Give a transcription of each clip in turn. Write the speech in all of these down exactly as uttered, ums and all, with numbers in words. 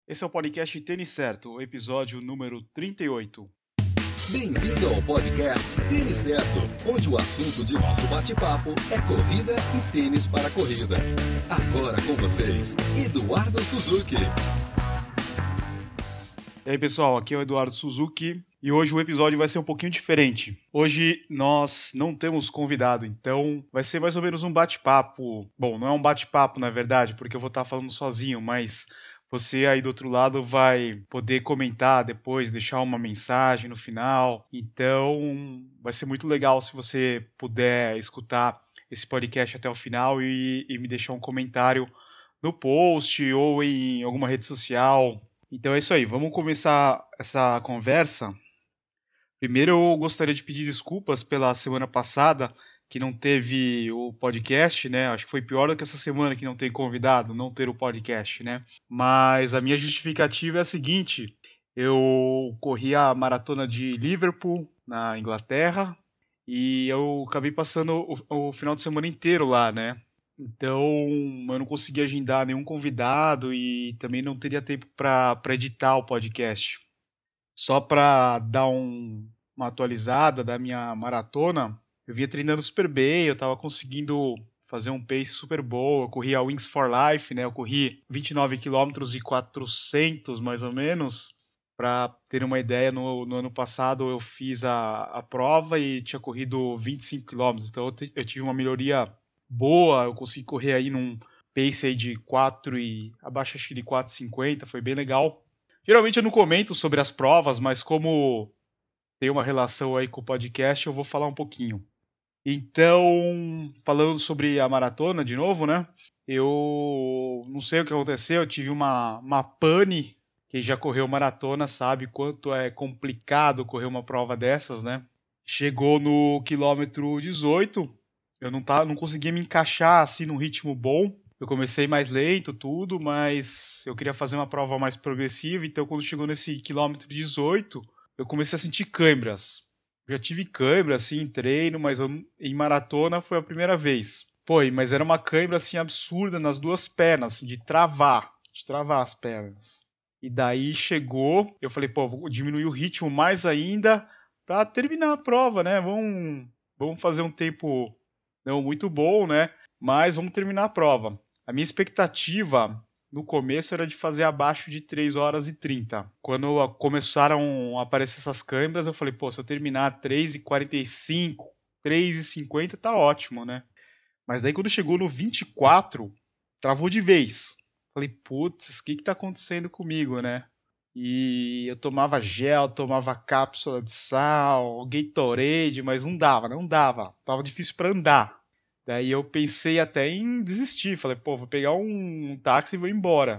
Esse é o podcast Tênis Certo, episódio número trinta e oito. Bem-vindo ao podcast Tênis Certo, onde o assunto de nosso bate-papo é corrida e tênis para corrida. Agora com vocês, Eduardo Suzuki. E aí pessoal, aqui é o Eduardo Suzuki e hoje o episódio vai ser um pouquinho diferente. Hoje nós não temos convidado, então vai ser mais ou menos um bate-papo. Bom, não é um bate-papo na verdade, porque eu vou estar falando sozinho, mas você aí do outro lado vai poder comentar depois, deixar uma mensagem no final. Então vai ser muito legal se você puder escutar esse podcast até o final e, e me deixar um comentário no post ou em alguma rede social. Então é isso aí, vamos começar essa conversa. Primeiro eu gostaria de pedir desculpas pela semana passada, que não teve o podcast, né? Acho que foi pior do que essa semana que não tem convidado, não ter o podcast, né? Mas a minha justificativa é a seguinte: eu corri a maratona de Liverpool, na Inglaterra, e eu acabei passando o, o final de semana inteiro lá, né? Então eu não consegui agendar nenhum convidado e também não teria tempo para editar o podcast. Só para dar um, uma atualizada da minha maratona, eu vinha treinando super bem, eu estava conseguindo fazer um pace super bom, eu corri a Wings for Life, né? Eu corri vinte e nove quilômetros e quatrocentos mais ou menos. Para ter uma ideia, no, no ano passado eu fiz a, a prova e tinha corrido vinte e cinco quilômetros, então eu, te, eu tive uma melhoria boa, eu consegui correr aí num pace aí de quatro e abaixo acho que de quatro e cinquenta, foi bem legal. Geralmente eu não comento sobre as provas, mas como tem uma relação aí com o podcast, eu vou falar um pouquinho. Então, falando sobre a maratona de novo, né? Eu não sei o que aconteceu, eu tive uma, uma pane. Quem já correu maratona sabe quanto é complicado correr uma prova dessas, né? Chegou no quilômetro dezoito, eu não, tava, não conseguia me encaixar assim num ritmo bom. Eu comecei mais lento, tudo, mas eu queria fazer uma prova mais progressiva, então quando chegou nesse quilômetro dezoito, eu comecei a sentir câimbras. Já tive câimbra, assim, em treino, mas eu, em maratona foi a primeira vez. Pô, mas era uma câimbra, assim, absurda nas duas pernas, assim, de travar, de travar as pernas. E daí chegou, eu falei, pô, vou diminuir o ritmo mais ainda pra terminar a prova, né? Vamos, vamos fazer um tempo não muito bom, né? Mas vamos terminar a prova. A minha expectativa no começo era de fazer abaixo de três horas e trinta. Quando começaram a aparecer essas câimbras, eu falei, pô, se eu terminar três e quarenta e cinco, três e cinquenta, tá ótimo, né? Mas daí quando chegou no vinte e quatro, travou de vez. Falei, putz, o que que tá acontecendo comigo, né? E eu tomava gel, tomava cápsula de sal, Gatorade, mas não dava, não dava. Tava difícil para andar. Daí eu pensei até em desistir. Falei, pô, vou pegar um, um táxi e vou embora.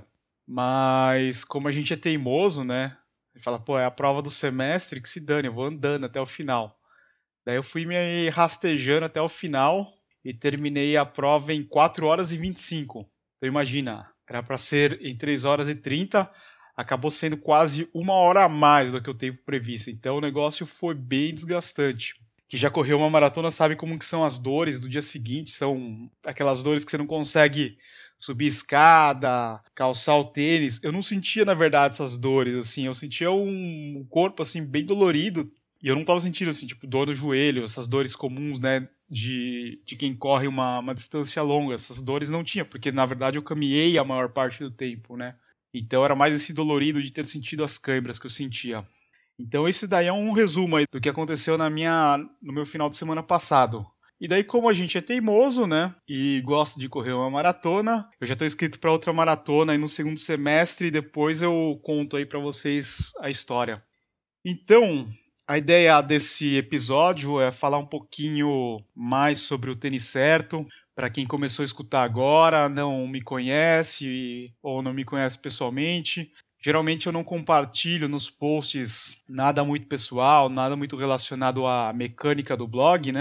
Mas como a gente é teimoso, né? Ele fala, pô, é a prova do semestre, que se dane, eu vou andando até o final. Daí eu fui me rastejando até o final e terminei a prova em quatro horas e vinte e cinco. Então imagina, era para ser em três horas e trinta, acabou sendo quase uma hora a mais do que o tempo previsto. Então o negócio foi bem desgastante. Que já correu uma maratona sabe como que são as dores do dia seguinte, são aquelas dores que você não consegue subir escada, calçar o tênis. Eu não sentia, na verdade, essas dores, assim, eu sentia um corpo, assim, bem dolorido, e eu não tava sentindo, assim, tipo, dor no joelho, essas dores comuns, né, de, de quem corre uma, uma distância longa, essas dores não tinha, porque, na verdade, eu caminhei a maior parte do tempo, né, então era mais esse dolorido de ter sentido as câimbras que eu sentia. Então esse daí é um resumo aí do que aconteceu na minha, no meu final de semana passado. E daí como a gente é teimoso, né, e gosta de correr uma maratona, eu já estou inscrito para outra maratona aí no segundo semestre e depois eu conto aí para vocês a história. Então, a ideia desse episódio é falar um pouquinho mais sobre o Tênis Certo. Para quem começou a escutar agora, não me conhece ou não me conhece pessoalmente, geralmente eu não compartilho nos posts nada muito pessoal, nada muito relacionado à mecânica do blog, né?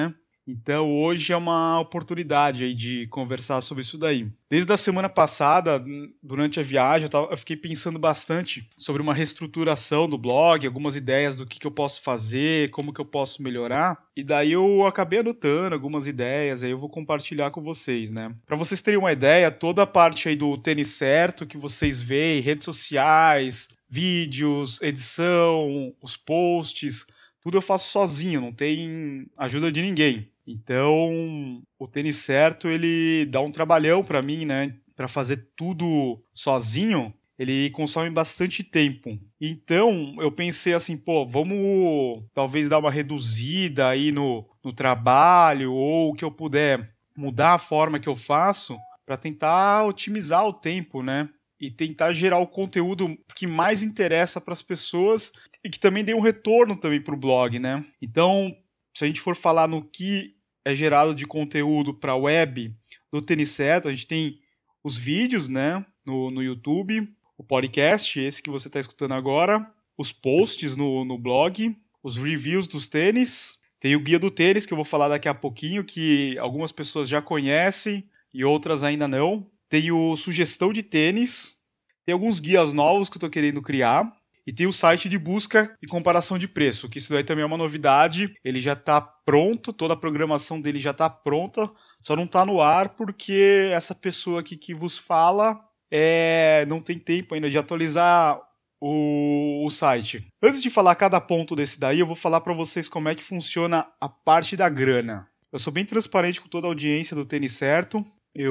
Então hoje é uma oportunidade aí de conversar sobre isso daí. Desde a semana passada, durante a viagem, eu, tava, eu fiquei pensando bastante sobre uma reestruturação do blog, algumas ideias do que, que eu posso fazer, como que eu posso melhorar. E daí eu acabei anotando algumas ideias, aí eu vou compartilhar com vocês, né? Para vocês terem uma ideia, toda a parte aí do Tênis Certo que vocês veem, redes sociais, vídeos, edição, os posts, tudo eu faço sozinho, não tem ajuda de ninguém. Então, o Tênis Certo, ele dá um trabalhão para mim, né? Para fazer tudo sozinho, ele consome bastante tempo. Então, eu pensei assim, pô, vamos talvez dar uma reduzida aí no, no trabalho, ou que eu puder mudar a forma que eu faço para tentar otimizar o tempo, né? E tentar gerar o conteúdo que mais interessa para as pessoas e que também dê um retorno também para o blog, né? Então, se a gente for falar no que é gerado de conteúdo para a web do Tênis Certo, a gente tem os vídeos, né, no, no YouTube, o podcast, esse que você está escutando agora, os posts no, no blog, os reviews dos tênis, tem o Guia do Tênis, que eu vou falar daqui a pouquinho, que algumas pessoas já conhecem e outras ainda não. Tem o Sugestão de Tênis, tem alguns guias novos que eu estou querendo criar, e tem o site de busca e comparação de preço, que isso daí também é uma novidade. Ele já está pronto, toda a programação dele já está pronta, só não está no ar porque essa pessoa aqui que vos fala é, não tem tempo ainda de atualizar o, o site. Antes de falar cada ponto desse daí, eu vou falar para vocês como é que funciona a parte da grana. Eu sou bem transparente com toda a audiência do Tênis Certo.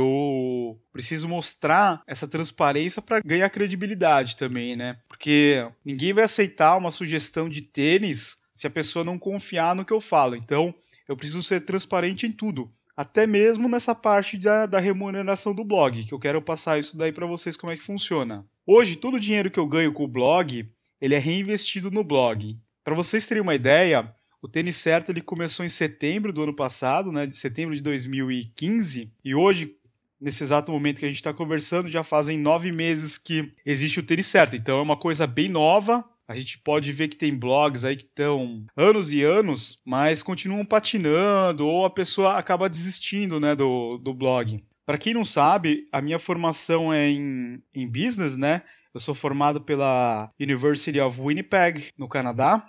Eu preciso mostrar essa transparência para ganhar credibilidade também, né? Porque ninguém vai aceitar uma sugestão de tênis se a pessoa não confiar no que eu falo. Então, eu preciso ser transparente em tudo. Até mesmo nessa parte da, da remuneração do blog, que eu quero passar isso daí para vocês como é que funciona. Hoje, todo o dinheiro que eu ganho com o blog, ele é reinvestido no blog. Para vocês terem uma ideia, o Tênis Certo ele começou em setembro do ano passado, né, de setembro de dois mil e quinze, e hoje, nesse exato momento que a gente está conversando, já fazem nove meses que existe o Tênis Certo. Então é uma coisa bem nova. A gente pode ver que tem blogs aí que estão anos e anos, mas continuam patinando ou a pessoa acaba desistindo, né, do, do blog. Para quem não sabe, a minha formação é em, em business, né? Eu sou formado pela University of Winnipeg, no Canadá.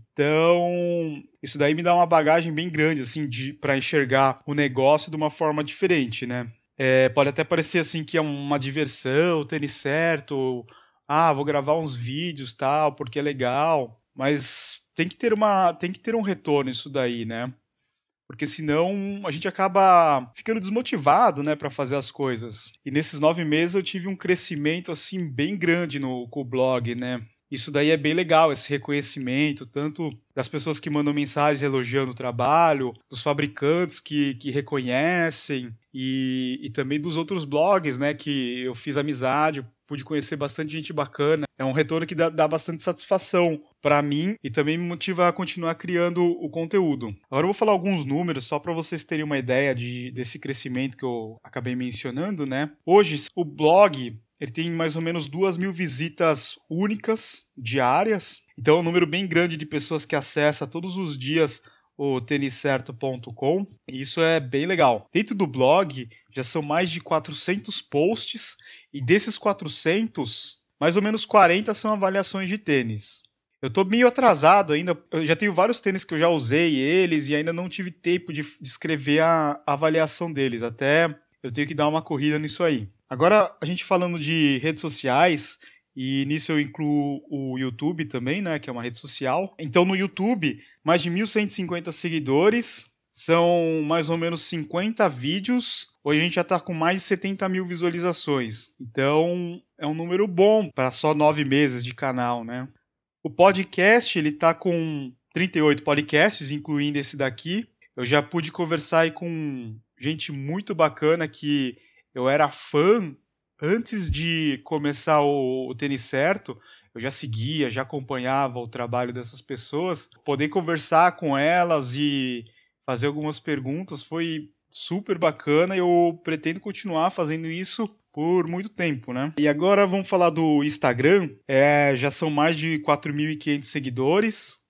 Então, isso daí me dá uma bagagem bem grande, assim, para enxergar o negócio de uma forma diferente, né? É, pode até parecer, assim, que é uma diversão, o Tênis Certo, ah, vou gravar uns vídeos, tal, porque é legal. Mas tem que ter uma, tem que ter um retorno isso daí, né? Porque senão a gente acaba ficando desmotivado, né, para fazer as coisas. E nesses nove meses eu tive um crescimento assim bem grande no com o blog, né? Isso daí é bem legal, esse reconhecimento, tanto das pessoas que mandam mensagens elogiando o trabalho, dos fabricantes que, que reconhecem e, e também dos outros blogs, né, que eu fiz amizade, pude conhecer bastante gente bacana. É um retorno que dá, dá bastante satisfação para mim e também me motiva a continuar criando o conteúdo. Agora eu vou falar alguns números só para vocês terem uma ideia de, desse crescimento que eu acabei mencionando, né? Hoje o blog ele tem mais ou menos duas mil visitas únicas diárias. Então é um número bem grande de pessoas que acessam todos os dias o tênis certo ponto com. E isso é bem legal. Dentro do blog já são mais de quatrocentos posts e desses quatrocentos, mais ou menos quarenta são avaliações de tênis. Eu tô meio atrasado ainda, eu já tenho vários tênis que eu já usei eles e ainda não tive tempo de, de escrever a, a avaliação deles. Até eu tenho que dar uma corrida nisso aí. Agora, a gente falando de redes sociais, e nisso eu incluo o YouTube também, né, que é uma rede social. Então, no YouTube, mais de mil cento e cinquenta seguidores, são mais ou menos cinquenta vídeos. Hoje a gente já está com mais de setenta mil visualizações. Então, é um número bom para só nove meses de canal, né? O podcast, ele está com trinta e oito podcasts, incluindo esse daqui. Eu já pude conversar aí com gente muito bacana que eu era fã antes de começar o, o Tênis Certo. Eu já seguia, já acompanhava o trabalho dessas pessoas. Poder conversar com elas e fazer algumas perguntas foi super bacana. Eu pretendo continuar fazendo isso por muito tempo, né? E agora vamos falar do Instagram. É, já são mais de quatro mil e quinhentos seguidores.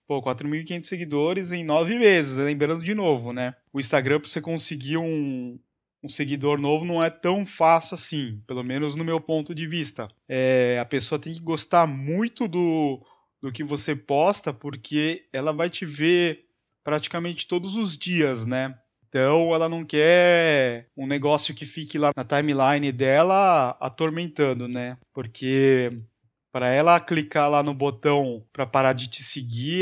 Pô, quatro mil e quinhentos seguidores em nove meses, lembrando de novo, né? O Instagram, pra você conseguir um, um seguidor novo, não é tão fácil assim, pelo menos no meu ponto de vista. É, a pessoa tem que gostar muito do, do que você posta, porque ela vai te ver praticamente todos os dias, né? Então, ela não quer um negócio que fique lá na timeline dela atormentando, né? Porque para ela clicar lá no botão para parar de te seguir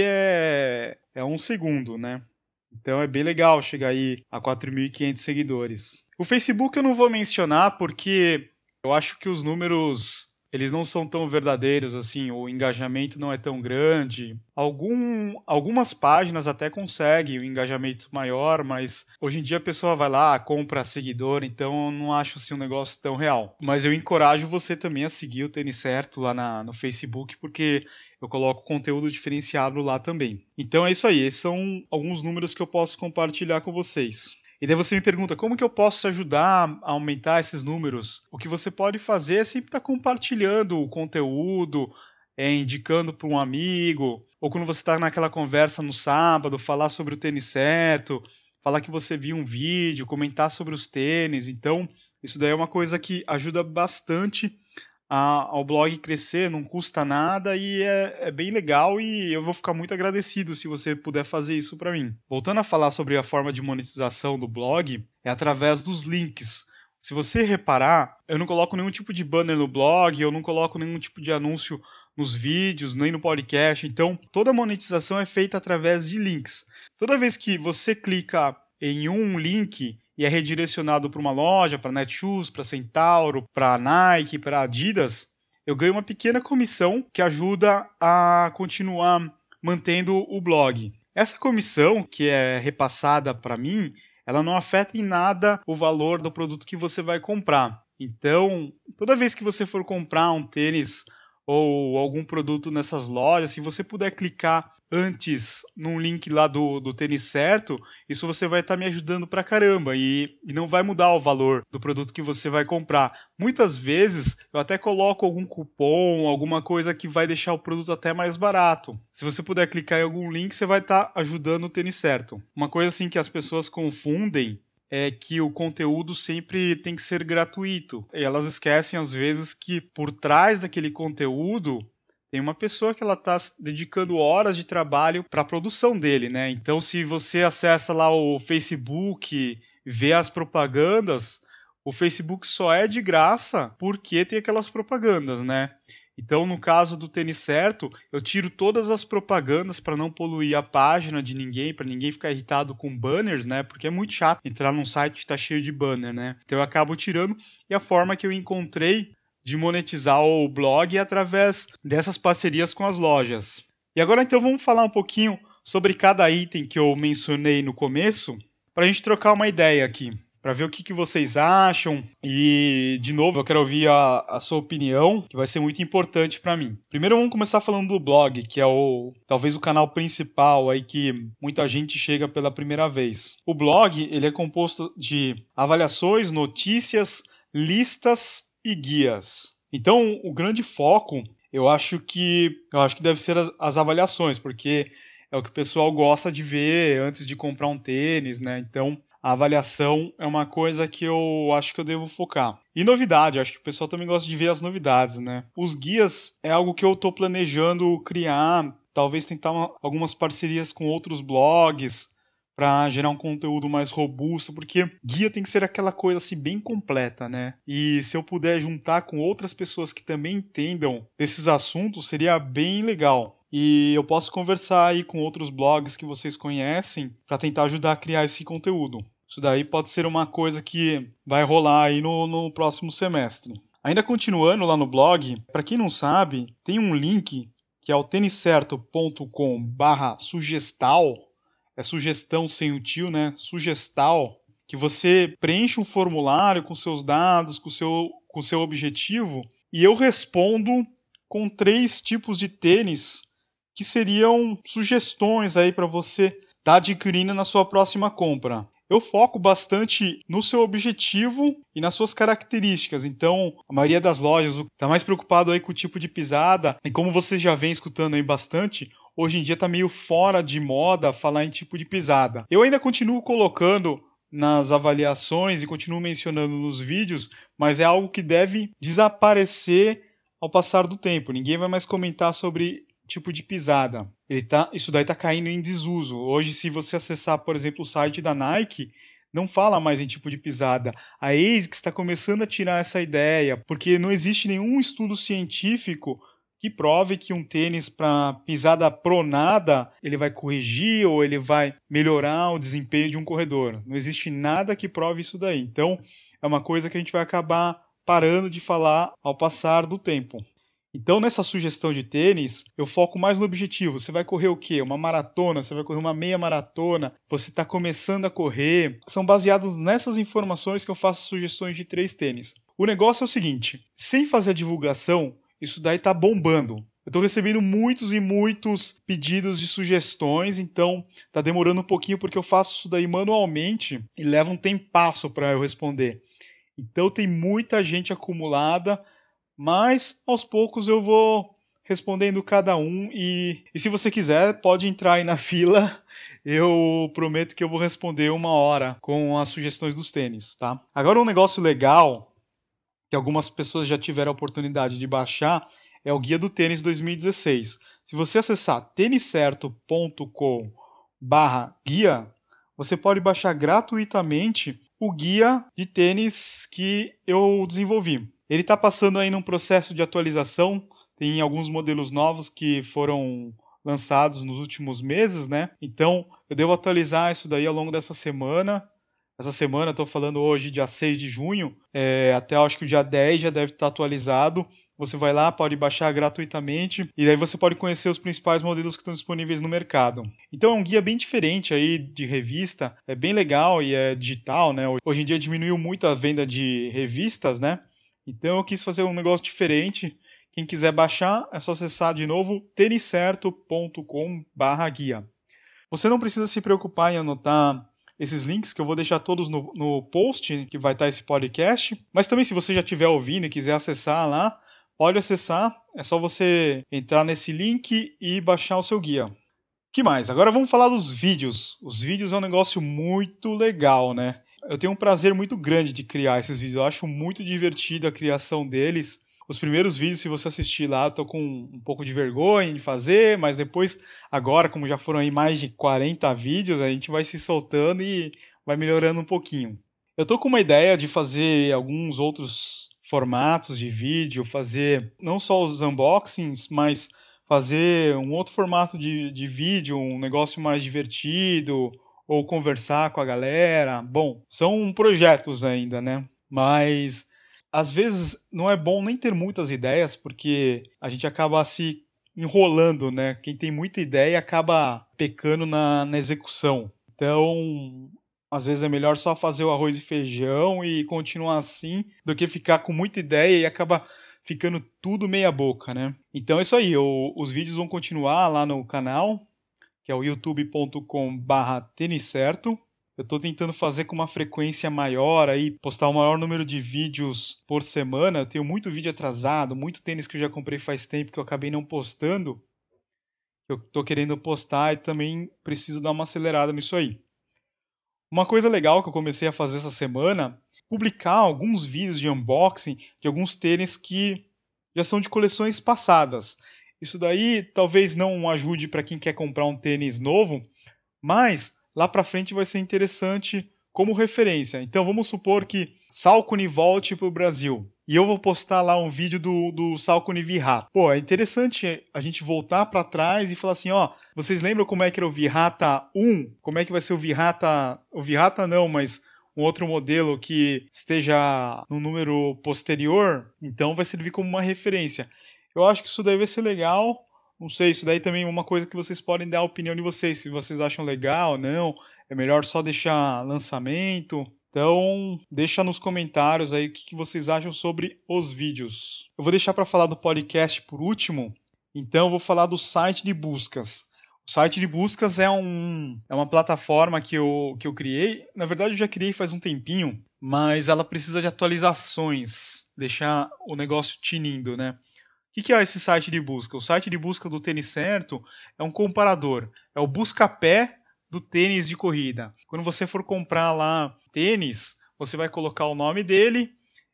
é, é um segundo, né? Então é bem legal chegar aí a quatro mil e quinhentos seguidores. O Facebook eu não vou mencionar porque eu acho que os números eles não são tão verdadeiros assim, o engajamento não é tão grande. Algum, algumas páginas até conseguem um engajamento maior, mas hoje em dia a pessoa vai lá, compra seguidor, então eu não acho assim um negócio tão real. Mas eu encorajo você também a seguir o Tênis Certo lá na, no Facebook, porque eu coloco conteúdo diferenciado lá também. Então é isso aí, esses são alguns números que eu posso compartilhar com vocês. E daí você me pergunta, como que eu posso te ajudar a aumentar esses números? O que você pode fazer é sempre estar compartilhando o conteúdo, é, indicando para um amigo, ou quando você está naquela conversa no sábado, falar sobre o tênis certo, falar que você viu um vídeo, comentar sobre os tênis. Então, isso daí é uma coisa que ajuda bastante a, ao blog crescer, não custa nada e é, é bem legal e eu vou ficar muito agradecido se você puder fazer isso para mim. Voltando a falar sobre a forma de monetização do blog, é através dos links. Se você reparar, eu não coloco nenhum tipo de banner no blog, eu não coloco nenhum tipo de anúncio nos vídeos, nem no podcast, então toda a monetização é feita através de links. Toda vez que você clica em um link e é redirecionado para uma loja, para Netshoes, para Centauro, para Nike, para Adidas, eu ganho uma pequena comissão que ajuda a continuar mantendo o blog. Essa comissão, que é repassada para mim, ela não afeta em nada o valor do produto que você vai comprar. Então, toda vez que você for comprar um tênis ou algum produto nessas lojas, se você puder clicar antes num link lá do, do Tênis Certo, isso você vai estar tá me ajudando pra caramba e, e não vai mudar o valor do produto que você vai comprar. Muitas vezes eu até coloco algum cupom, alguma coisa que vai deixar o produto até mais barato. Se você puder clicar em algum link, você vai estar tá ajudando o Tênis Certo. Uma coisa assim que as pessoas confundem é que o conteúdo sempre tem que ser gratuito. E elas esquecem, às vezes, que por trás daquele conteúdo tem uma pessoa que ela está dedicando horas de trabalho para a produção dele, né? Então, se você acessa lá o Facebook e vê as propagandas, o Facebook só é de graça porque tem aquelas propagandas, né? Então, no caso do Tênis Certo, eu tiro todas as propagandas para não poluir a página de ninguém, para ninguém ficar irritado com banners, né? Porque é muito chato entrar num site que está cheio de banner, né? Então, eu acabo tirando. E a forma que eu encontrei de monetizar o blog é através dessas parcerias com as lojas. E agora, então, vamos falar um pouquinho sobre cada item que eu mencionei no começo, para a gente trocar uma ideia aqui, para ver o que, que vocês acham. E, de novo, eu quero ouvir a, a sua opinião, que vai ser muito importante para mim. Primeiro, vamos começar falando do blog, que é o talvez o canal principal aí que muita gente chega pela primeira vez. O blog, ele é composto de avaliações, notícias, listas e guias. Então, o grande foco, eu acho que, eu acho que deve ser as, as avaliações, porque é o que o pessoal gosta de ver antes de comprar um tênis, né? Então, a avaliação é uma coisa que eu acho que eu devo focar. E novidade, acho que o pessoal também gosta de ver as novidades, né? Os guias é algo que eu estou planejando criar, talvez tentar uma, algumas parcerias com outros blogs para gerar um conteúdo mais robusto, porque guia tem que ser aquela coisa assim bem completa, né? E se eu puder juntar com outras pessoas que também entendam desses assuntos, seria bem legal. E eu posso conversar aí com outros blogs que vocês conhecem para tentar ajudar a criar esse conteúdo. Isso daí pode ser uma coisa que vai rolar aí no, no próximo semestre. Ainda continuando lá no blog, para quem não sabe, tem um link que é o têniscerto ponto com barra sugestal, é sugestão sem o tio, né? Sugestal, que você preenche um formulário com seus dados, com seu, com seu objetivo, e eu respondo com três tipos de tênis que seriam sugestões aí para você estar tá adquirindo na sua próxima compra. Eu foco bastante no seu objetivo e nas suas características. Então, a maioria das lojas está mais preocupado aí com o tipo de pisada. E como você já vem escutando aí bastante, hoje em dia está meio fora de moda falar em tipo de pisada. Eu ainda continuo colocando nas avaliações e continuo mencionando nos vídeos, mas é algo que deve desaparecer ao passar do tempo. Ninguém vai mais comentar sobre tipo de pisada. Ele tá, isso daí está caindo em desuso. Hoje, se você acessar, por exemplo, o site da Nike, não fala mais em tipo de pisada. A ASICS está começando a tirar essa ideia, porque não existe nenhum estudo científico que prove que um tênis para pisada pronada ele vai corrigir ou ele vai melhorar o desempenho de um corredor. Não existe nada que prove isso daí. Então, é uma coisa que a gente vai acabar parando de falar ao passar do tempo. Então, nessa sugestão de tênis, eu foco mais no objetivo. Você vai correr o quê? Uma maratona? Você vai correr uma meia maratona? Você está começando a correr? São baseados nessas informações que eu faço sugestões de três tênis. O negócio é o seguinte, sem fazer a divulgação, isso daí tá bombando. Eu tô recebendo muitos e muitos pedidos de sugestões, então tá demorando um pouquinho porque eu faço isso daí manualmente e leva um tempasso para eu responder. Então tem muita gente acumulada, mas aos poucos eu vou respondendo cada um e, e se você quiser pode entrar aí na fila, eu prometo que eu vou responder uma hora com as sugestões dos tênis, tá? Agora um negócio legal que algumas pessoas já tiveram a oportunidade de baixar, é o Guia do Tênis dois mil e dezesseis. Se você acessar tênis certo ponto com barra guia, você pode baixar gratuitamente o guia de tênis que eu desenvolvi. Ele está passando aí num processo de atualização, tem alguns modelos novos que foram lançados nos últimos meses, né? Então, eu devo atualizar isso daí ao longo dessa semana. Essa semana, estou falando hoje, dia seis de junho, é, até acho que o dia dez já deve estar atualizado. Você vai lá, pode baixar gratuitamente e daí você pode conhecer os principais modelos que estão disponíveis no mercado. Então é um guia bem diferente aí de revista, é bem legal e é digital, né? Hoje em dia diminuiu muito a venda de revistas, né? Então eu quis fazer um negócio diferente. Quem quiser baixar, é só acessar de novo tênis certo ponto com barra guia. Você não precisa se preocupar em anotar esses links que eu vou deixar todos no, no post que vai estar esse podcast, mas também se você já estiver ouvindo e quiser acessar lá, pode acessar, é só você entrar nesse link e baixar o seu guia. O que mais? Agora vamos falar dos vídeos. Os vídeos é um negócio muito legal, né? Eu tenho um prazer muito grande de criar esses vídeos, eu acho muito divertido a criação deles. Os primeiros vídeos, se você assistir lá, eu tô com um pouco de vergonha de fazer, mas depois, agora, como já foram aí mais de quarenta vídeos, a gente vai se soltando e vai melhorando um pouquinho. Eu tô com uma ideia de fazer alguns outros formatos de vídeo, fazer não só os unboxings, mas fazer um outro formato de, de vídeo, um negócio mais divertido, ou conversar com a galera. Bom, são projetos ainda, né? Mas às vezes não é bom nem ter muitas ideias, porque a gente acaba se enrolando, né? Quem tem muita ideia acaba pecando na, na execução. Então, às vezes é melhor só fazer o arroz e feijão e continuar assim, do que ficar com muita ideia e acaba ficando tudo meia boca, né? Então é isso aí, eu, os vídeos vão continuar lá no canal, que é o youtube ponto com barra tênis certo. Eu estou tentando fazer com uma frequência maior, aí, postar o maior número de vídeos por semana. Eu tenho muito vídeo atrasado, muito tênis que eu já comprei faz tempo que eu acabei não postando. Eu estou querendo postar e também preciso dar uma acelerada nisso aí. Uma coisa legal que eu comecei a fazer essa semana, publicar alguns vídeos de unboxing de alguns tênis que já são de coleções passadas. Isso daí talvez não ajude para quem quer comprar um tênis novo, mas lá para frente vai ser interessante como referência. Então vamos supor que Saucony volte para o Brasil e eu vou postar lá um vídeo do, do Saucony Virrata. Pô, é interessante a gente voltar para trás e falar assim, ó, vocês lembram como é que era o Virrata um? Como é que vai ser o Virrata... O Virrata não, mas um outro modelo que esteja no número posterior? Então vai servir como uma referência. Eu acho que isso deve ser legal. Não sei, isso daí também é uma coisa que vocês podem dar a opinião de vocês, se vocês acham legal ou não, é melhor só deixar lançamento. Então, deixa nos comentários aí o que vocês acham sobre os vídeos. Eu vou deixar para falar do podcast por último, então eu vou falar do site de buscas. O site de buscas é, um, é uma plataforma que eu, que eu criei, na verdade eu já criei faz um tempinho, mas ela precisa de atualizações, deixar o negócio tinindo, né? O que, que é esse site de busca? O site de busca do Tênis Certo é um comparador, é o busca-pé do tênis de corrida. Quando você for comprar lá tênis, você vai colocar o nome dele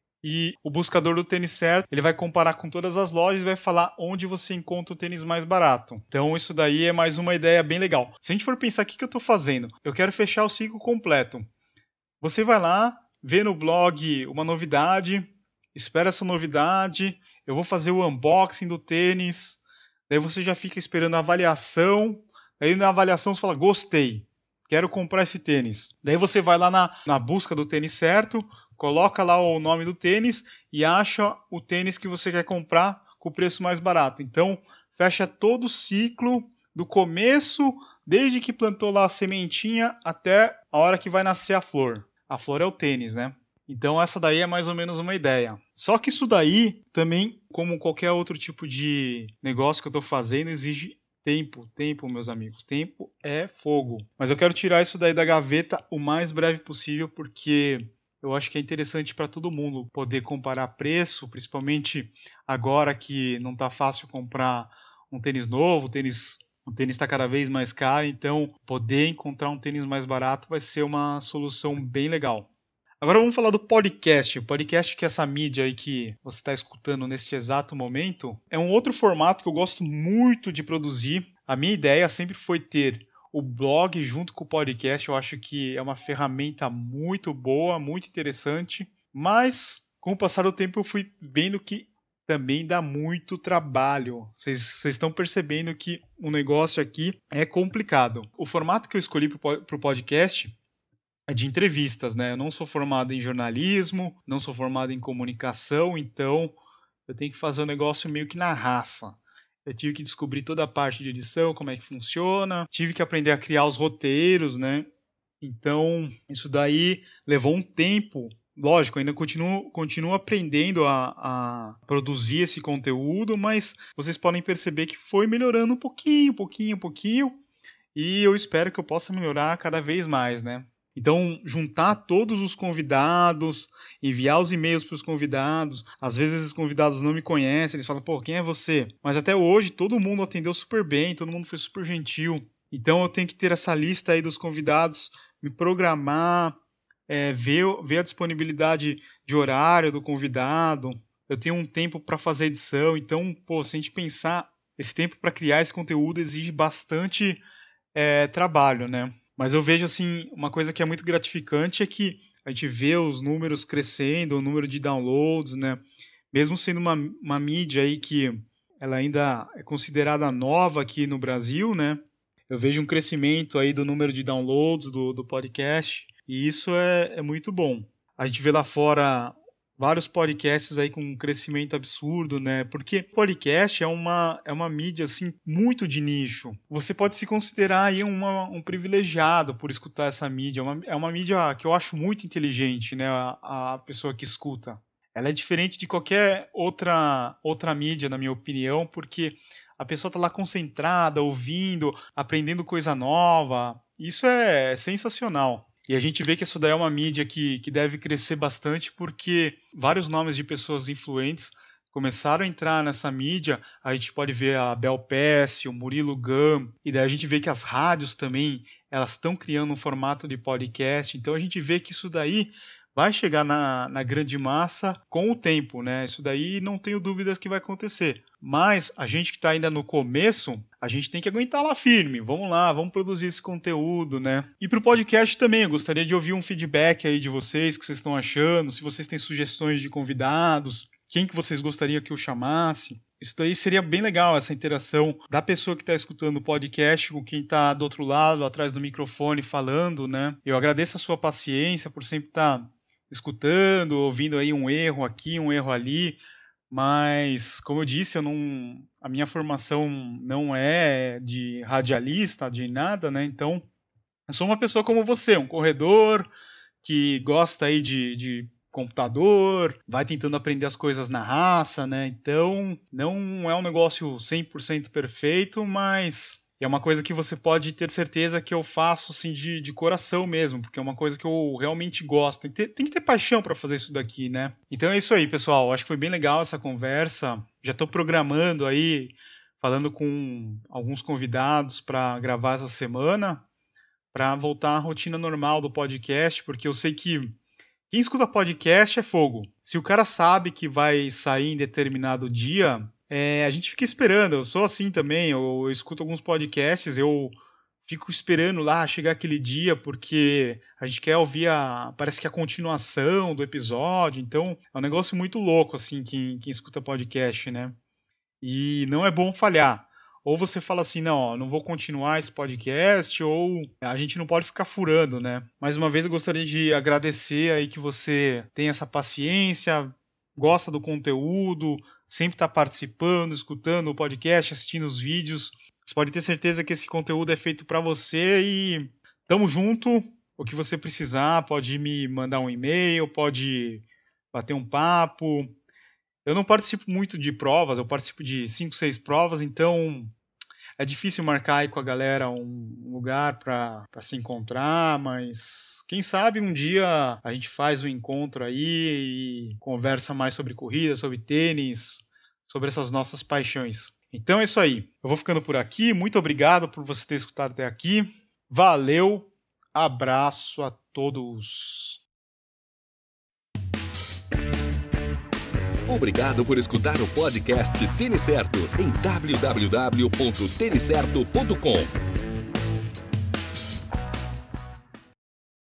e o buscador do Tênis Certo, ele vai comparar com todas as lojas e vai falar onde você encontra o tênis mais barato. Então isso daí é mais uma ideia bem legal. Se a gente for pensar, o que, que eu estou fazendo? Eu quero fechar o ciclo completo. Você vai lá, vê no blog uma novidade, espera essa novidade, eu vou fazer o unboxing do tênis, daí você já fica esperando a avaliação, aí na avaliação você fala, gostei, quero comprar esse tênis. Daí você vai lá na, na busca do Tênis Certo, coloca lá o nome do tênis e acha o tênis que você quer comprar com o preço mais barato. Então, fecha todo o ciclo do começo, desde que plantou lá a sementinha até a hora que vai nascer a flor. A flor é o tênis, né? Então, essa daí é mais ou menos uma ideia. Só que isso daí, também, como qualquer outro tipo de negócio que eu estou fazendo, exige tempo. Tempo, meus amigos. Tempo é fogo. Mas eu quero tirar isso daí da gaveta o mais breve possível, porque eu acho que é interessante para todo mundo poder comparar preço, principalmente agora que não está fácil comprar um tênis novo, o tênis o tênis está cada vez mais caro, então poder encontrar um tênis mais barato vai ser uma solução bem legal. Agora vamos falar do podcast. O podcast, que é essa mídia aí que você está escutando neste exato momento, é um outro formato que eu gosto muito de produzir. A minha ideia sempre foi ter o blog junto com o podcast. Eu acho que é uma ferramenta muito boa, muito interessante, mas com o passar do tempo eu fui vendo que também dá muito trabalho. Vocês estão percebendo que o negócio aqui é complicado. O formato que eu escolhi para o podcast é de entrevistas, né? Eu não sou formado em jornalismo, não sou formado em comunicação, então eu tenho que fazer o negócio meio que na raça. Eu tive que descobrir toda a parte de edição, como é que funciona, tive que aprender a criar os roteiros, né? Então, isso daí levou um tempo. Lógico, ainda continuo, continuo aprendendo a, a produzir esse conteúdo, mas vocês podem perceber que foi melhorando um pouquinho, pouquinho, pouquinho, e eu espero que eu possa melhorar cada vez mais, né? Então, juntar todos os convidados, enviar os e-mails para os convidados. Às vezes os convidados não me conhecem, eles falam, pô, quem é você? Mas até hoje todo mundo atendeu super bem, todo mundo foi super gentil. Então eu tenho que ter essa lista aí dos convidados, me programar, é, ver, ver a disponibilidade de horário do convidado. Eu tenho um tempo para fazer edição, então, pô, se a gente pensar, esse tempo para criar esse conteúdo exige bastante é, trabalho, né? Mas eu vejo, assim, uma coisa que é muito gratificante é que a gente vê os números crescendo, o número de downloads, né? Mesmo sendo uma, uma mídia aí que ela ainda é considerada nova aqui no Brasil, né? Eu vejo um crescimento aí do número de downloads do, do podcast e isso é, é muito bom. A gente vê lá fora vários podcasts aí com um crescimento absurdo, né? Porque podcast é uma, é uma mídia, assim, muito de nicho. Você pode se considerar aí uma, um privilegiado por escutar essa mídia. É uma, é uma mídia que eu acho muito inteligente, né? A, a pessoa que escuta. Ela é diferente de qualquer outra, outra mídia, na minha opinião, porque a pessoa está lá concentrada, ouvindo, aprendendo coisa nova. Isso é sensacional. E a gente vê que isso daí é uma mídia que, que deve crescer bastante porque vários nomes de pessoas influentes começaram a entrar nessa mídia. A gente pode ver a Bel Pesce, o Murilo Gun, e daí a gente vê que as rádios também elas estão criando um formato de podcast. Então a gente vê que isso daí vai chegar na, na grande massa com o tempo, né? Isso daí não tenho dúvidas que vai acontecer. Mas a gente que está ainda no começo, a gente tem que aguentar lá firme. Vamos lá, vamos produzir esse conteúdo, né? E para o podcast também, eu gostaria de ouvir um feedback aí de vocês, o que vocês estão achando, se vocês têm sugestões de convidados, quem que vocês gostariam que eu chamasse. Isso daí seria bem legal, essa interação da pessoa que está escutando o podcast com quem está do outro lado, atrás do microfone, falando, né? Eu agradeço a sua paciência por sempre estar tá escutando, ouvindo aí um erro aqui, um erro ali, mas, como eu disse, eu não, a minha formação não é de radialista, de nada, né? Então, eu sou uma pessoa como você, um corredor que gosta aí de, de computador, vai tentando aprender as coisas na raça, né? Então, não é um negócio cem por cento perfeito, mas E é uma coisa que você pode ter certeza que eu faço assim de, de coração mesmo, porque é uma coisa que eu realmente gosto. Tem que ter, tem que ter paixão para fazer isso daqui, né? Então é isso aí, pessoal. Acho que foi bem legal essa conversa. Já estou programando aí, falando com alguns convidados para gravar essa semana, para voltar à rotina normal do podcast, porque eu sei que quem escuta podcast é fogo. Se o cara sabe que vai sair em determinado dia, é, a gente fica esperando. Eu sou assim também, eu, eu escuto alguns podcasts, eu fico esperando lá chegar aquele dia, porque a gente quer ouvir a, parece que a continuação do episódio. Então é um negócio muito louco, assim, quem, quem escuta podcast, né? E não é bom falhar. Ou você fala assim, não, ó, não vou continuar esse podcast, ou a gente não pode ficar furando, né? Mais uma vez eu gostaria de agradecer aí que você tem essa paciência, gosta do conteúdo, sempre está participando, escutando o podcast, assistindo os vídeos. Você pode ter certeza que esse conteúdo é feito para você e tamo junto. O que você precisar, pode me mandar um e-mail, pode bater um papo. Eu não participo muito de provas, eu participo de cinco, seis provas, então é difícil marcar aí com a galera um lugar para se encontrar, mas quem sabe um dia a gente faz um encontro aí e conversa mais sobre corrida, sobre tênis, sobre essas nossas paixões. Então é isso aí, eu vou ficando por aqui, muito obrigado por você ter escutado até aqui, valeu, abraço a todos. Obrigado por escutar o podcast Tênis Certo em w w w ponto tênis certo ponto com.